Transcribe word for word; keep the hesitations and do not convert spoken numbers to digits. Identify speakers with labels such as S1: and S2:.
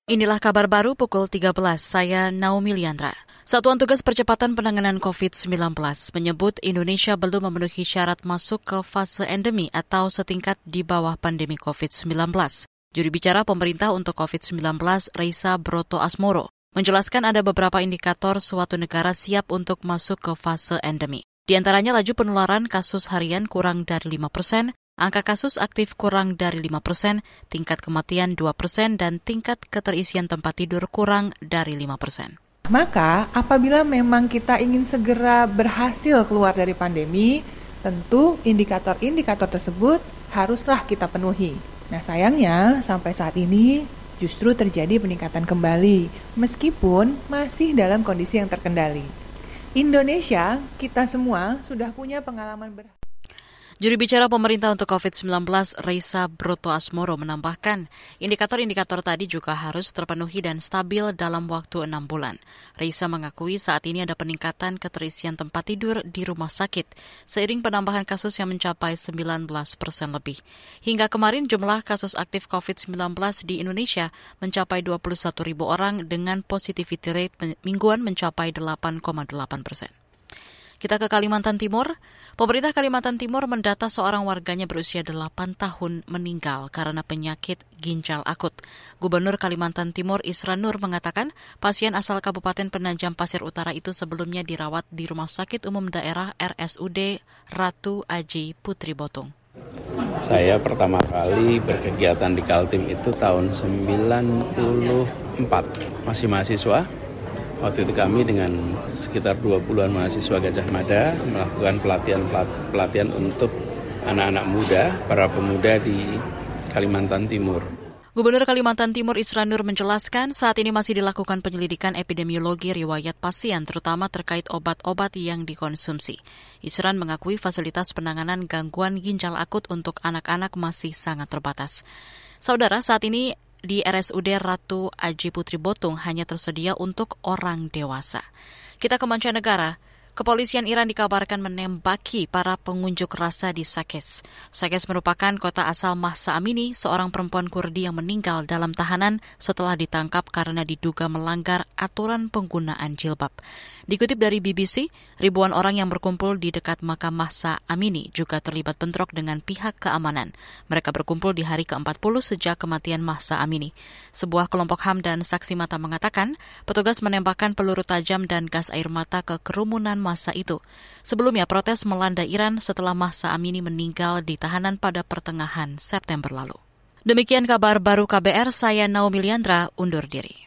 S1: Inilah kabar baru pukul tiga belas, saya Naomi Liandra. Satuan Tugas Percepatan Penanganan covid sembilan belas menyebut Indonesia belum memenuhi syarat masuk ke fase endemi atau setingkat di bawah pandemi covid sembilan belas. Juru bicara pemerintah untuk covid sembilan belas, Reisa Broto-Asmoro, menjelaskan ada beberapa indikator suatu negara siap untuk masuk ke fase endemi. Di antaranya laju penularan kasus harian kurang dari lima persen, angka kasus aktif kurang dari lima persen, tingkat kematian dua persen, dan tingkat keterisian tempat tidur kurang dari lima persen.
S2: Maka, apabila memang kita ingin segera berhasil keluar dari pandemi, tentu indikator-indikator tersebut haruslah kita penuhi. Nah, sayangnya sampai saat ini justru terjadi peningkatan kembali, meskipun masih dalam kondisi yang terkendali. Indonesia, kita semua sudah punya pengalaman berhasil.
S1: Juru bicara pemerintah untuk covid sembilan belas, Reisa Broto-Asmoro, menambahkan indikator-indikator tadi juga harus terpenuhi dan stabil dalam waktu enam bulan. Reisa mengakui saat ini ada peningkatan keterisian tempat tidur di rumah sakit, seiring penambahan kasus yang mencapai sembilan belas persen lebih. Hingga kemarin jumlah kasus aktif covid sembilan belas di Indonesia mencapai dua puluh satu ribu orang dengan positivity rate mingguan mencapai delapan koma delapan persen. Kita ke Kalimantan Timur. Pemerintah Kalimantan Timur mendata seorang warganya berusia delapan tahun meninggal karena penyakit ginjal akut. Gubernur Kalimantan Timur Isran Nur mengatakan pasien asal Kabupaten Penajam Pasir Utara itu sebelumnya dirawat di Rumah Sakit Umum Daerah R S U D Ratu Aji Putri Botong.
S3: Saya pertama kali berkegiatan di Kaltim itu tahun sembilan puluh empat, masih mahasiswa. Waktu itu kami dengan sekitar dua puluhan mahasiswa Gajah Mada melakukan pelatihan-pelatihan untuk anak-anak muda, para pemuda di Kalimantan Timur.
S1: Gubernur Kalimantan Timur Isran Nur menjelaskan saat ini masih dilakukan penyelidikan epidemiologi riwayat pasien, terutama terkait obat-obat yang dikonsumsi. Isran mengakui fasilitas penanganan gangguan ginjal akut untuk anak-anak masih sangat terbatas. Saudara, saat ini di R S U D Ratu Aji Putri Botong hanya tersedia untuk orang dewasa. Kita ke mancanegara. Kepolisian Iran dikabarkan menembaki para pengunjuk rasa di Saqqez. Saqqez merupakan kota asal Mahsa Amini, seorang perempuan Kurdi yang meninggal dalam tahanan setelah ditangkap karena diduga melanggar aturan penggunaan jilbab. Dikutip dari B B C, ribuan orang yang berkumpul di dekat makam Mahsa Amini juga terlibat bentrok dengan pihak keamanan. Mereka berkumpul di hari ke empat puluh sejak kematian Mahsa Amini. Sebuah kelompok H A M dan saksi mata mengatakan, petugas menembakkan peluru tajam dan gas air mata ke kerumunan masa itu. Sebelumnya, protes melanda Iran setelah Mahsa Amini meninggal di tahanan pada pertengahan September lalu. Demikian kabar baru K B R, saya Naomi Liandra, undur diri.